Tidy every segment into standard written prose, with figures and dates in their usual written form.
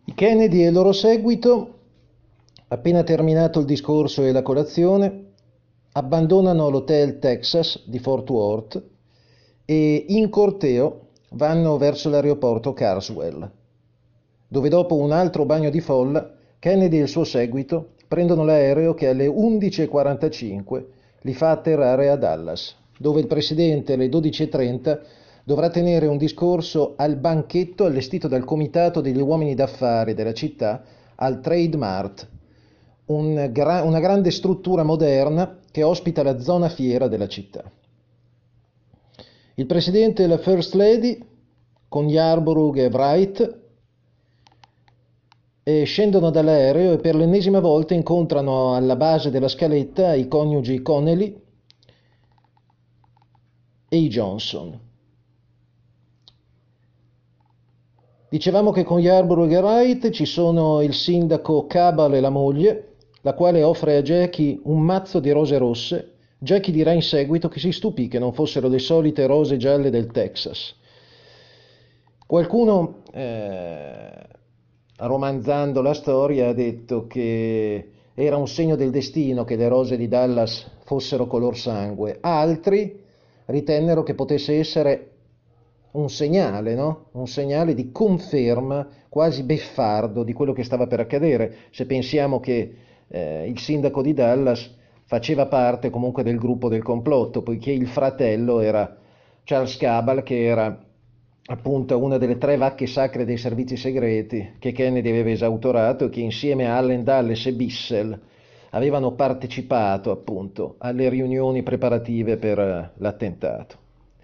I Kennedy e il loro seguito, appena terminato il discorso e la colazione, abbandonano l'Hotel Texas di Fort Worth e in corteo vanno verso l'aeroporto Carswell, dove dopo un altro bagno di folla, Kennedy e il suo seguito prendono l'aereo che alle 11:45 li fa atterrare a Dallas, dove il presidente alle 12:30 dovrà tenere un discorso al banchetto allestito dal comitato degli uomini d'affari della città al Trade Mart, una grande struttura moderna che ospita la zona fiera della città. Il presidente e la First Lady, con Yarborough e Wright, scendono dall'aereo e per l'ennesima volta incontrano alla base della scaletta i coniugi Connelly e i Johnson. Dicevamo che con Yarborough e Wright ci sono il sindaco Cabal e la moglie, la quale offre a Jackie un mazzo di rose rosse. Jackie dirà in seguito che si stupì che non fossero le solite rose gialle del Texas. Qualcuno, romanzando la storia, ha detto che era un segno del destino che le rose di Dallas fossero color sangue. Altri ritennero che potesse essere un segnale, no? Un segnale di conferma quasi beffardo di quello che stava per accadere, se pensiamo che il sindaco di Dallas faceva parte comunque del gruppo del complotto, poiché il fratello era Charles Cabal, che era appunto una delle 3 vacche sacre dei servizi segreti che Kennedy aveva esautorato e che insieme a Allen Dulles e Bissell avevano partecipato appunto alle riunioni preparative per l'attentato.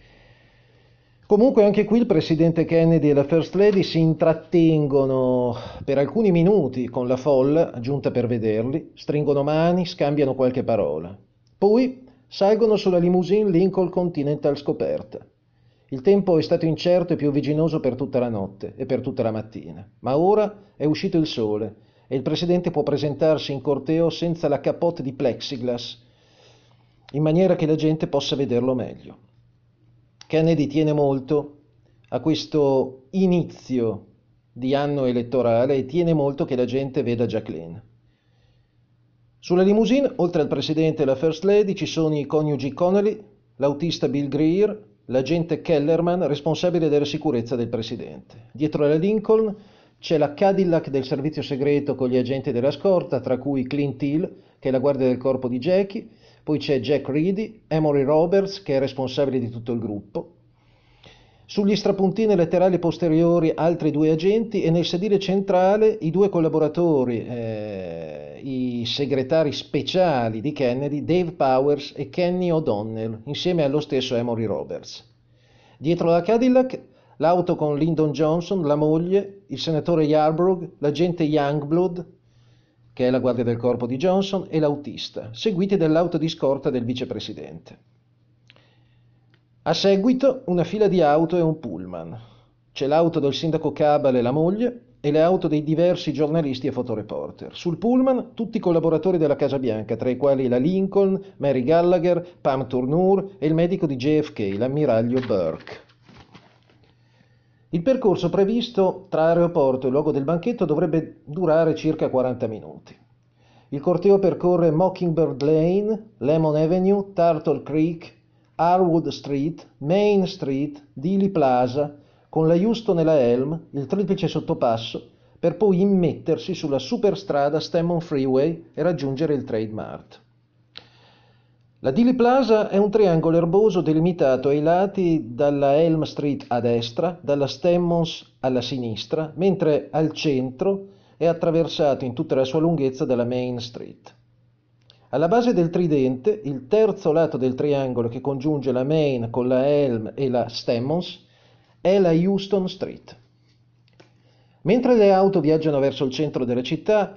Comunque anche qui il presidente Kennedy e la First Lady si intrattengono per alcuni minuti con la folla giunta per vederli, stringono mani, scambiano qualche parola. Poi salgono sulla limousine Lincoln Continental scoperta. Il tempo è stato incerto e piovigginoso per tutta la notte e per tutta la mattina, ma ora è uscito il sole e il presidente può presentarsi in corteo senza la capote di plexiglass, in maniera che la gente possa vederlo meglio. Kennedy tiene molto a questo inizio di anno elettorale e tiene molto che la gente veda Jacqueline. Sulla limousine, oltre al presidente e la First Lady, ci sono i coniugi Connelly, l'autista Bill Greer, l'agente Kellerman, responsabile della sicurezza del presidente. Dietro la Lincoln c'è la Cadillac del servizio segreto con gli agenti della scorta, tra cui Clint Hill, che è la guardia del corpo di Jackie, poi c'è Jack Reedy, Emory Roberts, che è responsabile di tutto il gruppo. Sugli strapuntini laterali posteriori altri 2 agenti e nel sedile centrale i 2 collaboratori, i segretari speciali di Kennedy, Dave Powers e Kenny O'Donnell, insieme allo stesso Emory Roberts. Dietro la Cadillac l'auto con Lyndon Johnson, la moglie, il senatore Yarborough, l'agente Youngblood, che è la guardia del corpo di Johnson, e l'autista, seguiti dall'auto di scorta del vicepresidente. A seguito una fila di auto e un pullman. C'è l'auto del sindaco Cabal e la moglie e le auto dei diversi giornalisti e fotoreporter. Sul pullman tutti i collaboratori della Casa Bianca, tra i quali la Lincoln, Mary Gallagher, Pam Tourneur e il medico di JFK, l'ammiraglio Burke. Il percorso previsto tra aeroporto e luogo del banchetto dovrebbe durare circa 40 minuti. Il corteo percorre Mockingbird Lane, Lemon Avenue, Turtle Creek, Harwood Street, Main Street, Dealey Plaza, con la Houston e la Elm, il triplice sottopasso, per poi immettersi sulla superstrada Stemmon Freeway e raggiungere il Trade Mart. La Dealey Plaza è un triangolo erboso delimitato ai lati dalla Elm Street a destra, dalla Stemmons alla sinistra, mentre al centro è attraversato in tutta la sua lunghezza dalla Main Street. Alla base del tridente, il terzo lato del triangolo che congiunge la Main con la Elm e la Stemmons, è la Houston Street. Mentre le auto viaggiano verso il centro della città,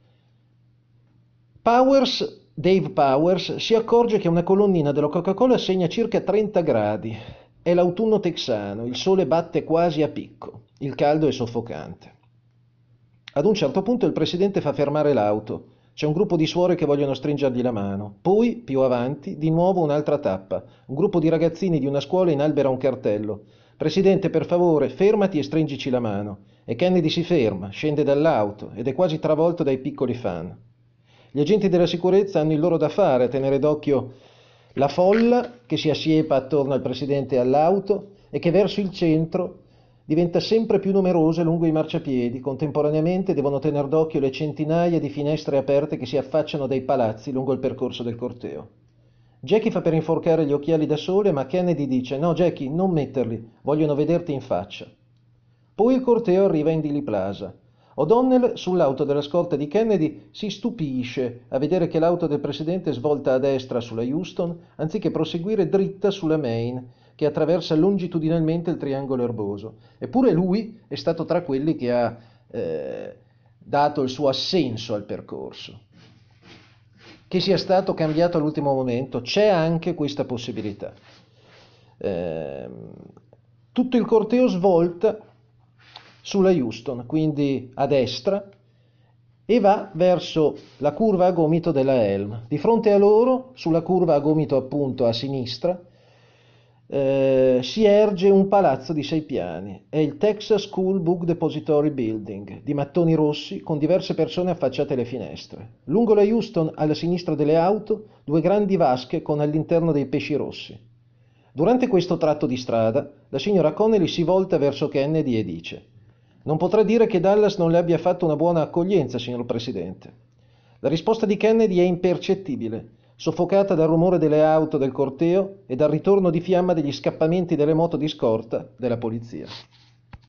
Dave Powers si accorge che una colonnina della Coca-Cola segna circa 30 gradi. È l'autunno texano, il sole batte quasi a picco, il caldo è soffocante. Ad un certo punto il presidente fa fermare l'auto. C'è un gruppo di suore che vogliono stringergli la mano. Poi, più avanti, di nuovo un'altra tappa. Un gruppo di ragazzini di una scuola inalbera un cartello. Presidente, per favore, fermati e stringici la mano. E Kennedy si ferma, scende dall'auto ed è quasi travolto dai piccoli fan. Gli agenti della sicurezza hanno il loro da fare a tenere d'occhio la folla che si assiepa attorno al presidente e all'auto e che verso il centro diventa sempre più numerosa lungo i marciapiedi. Contemporaneamente devono tener d'occhio le centinaia di finestre aperte che si affacciano dai palazzi lungo il percorso del corteo. Jackie fa per inforcare gli occhiali da sole, ma Kennedy dice: no, Jackie, non metterli, vogliono vederti in faccia. Poi il corteo arriva in Dealey Plaza. O'Donnell, sull'auto della scorta di Kennedy, si stupisce a vedere che l'auto del presidente svolta a destra sulla Houston anziché proseguire dritta sulla Main, che attraversa longitudinalmente il triangolo erboso. Eppure lui è stato tra quelli che ha dato il suo assenso al percorso. Che sia stato cambiato all'ultimo momento, c'è anche questa possibilità. Tutto il corteo svolta sulla Houston, quindi a destra, e va verso la curva a gomito della Elm. Di fronte a loro, sulla curva a gomito appunto a sinistra, si erge un palazzo di 6 piani. È il Texas School Book Depository Building, di mattoni rossi, con diverse persone affacciate alle finestre. Lungo la Houston, alla sinistra delle auto, 2 grandi vasche con all'interno dei pesci rossi. Durante questo tratto di strada, la signora Connelly si volta verso Kennedy e dice: non potrà dire che Dallas non le abbia fatto una buona accoglienza, signor Presidente. La risposta di Kennedy è impercettibile, soffocata dal rumore delle auto del corteo e dal ritorno di fiamma degli scappamenti delle moto di scorta della polizia.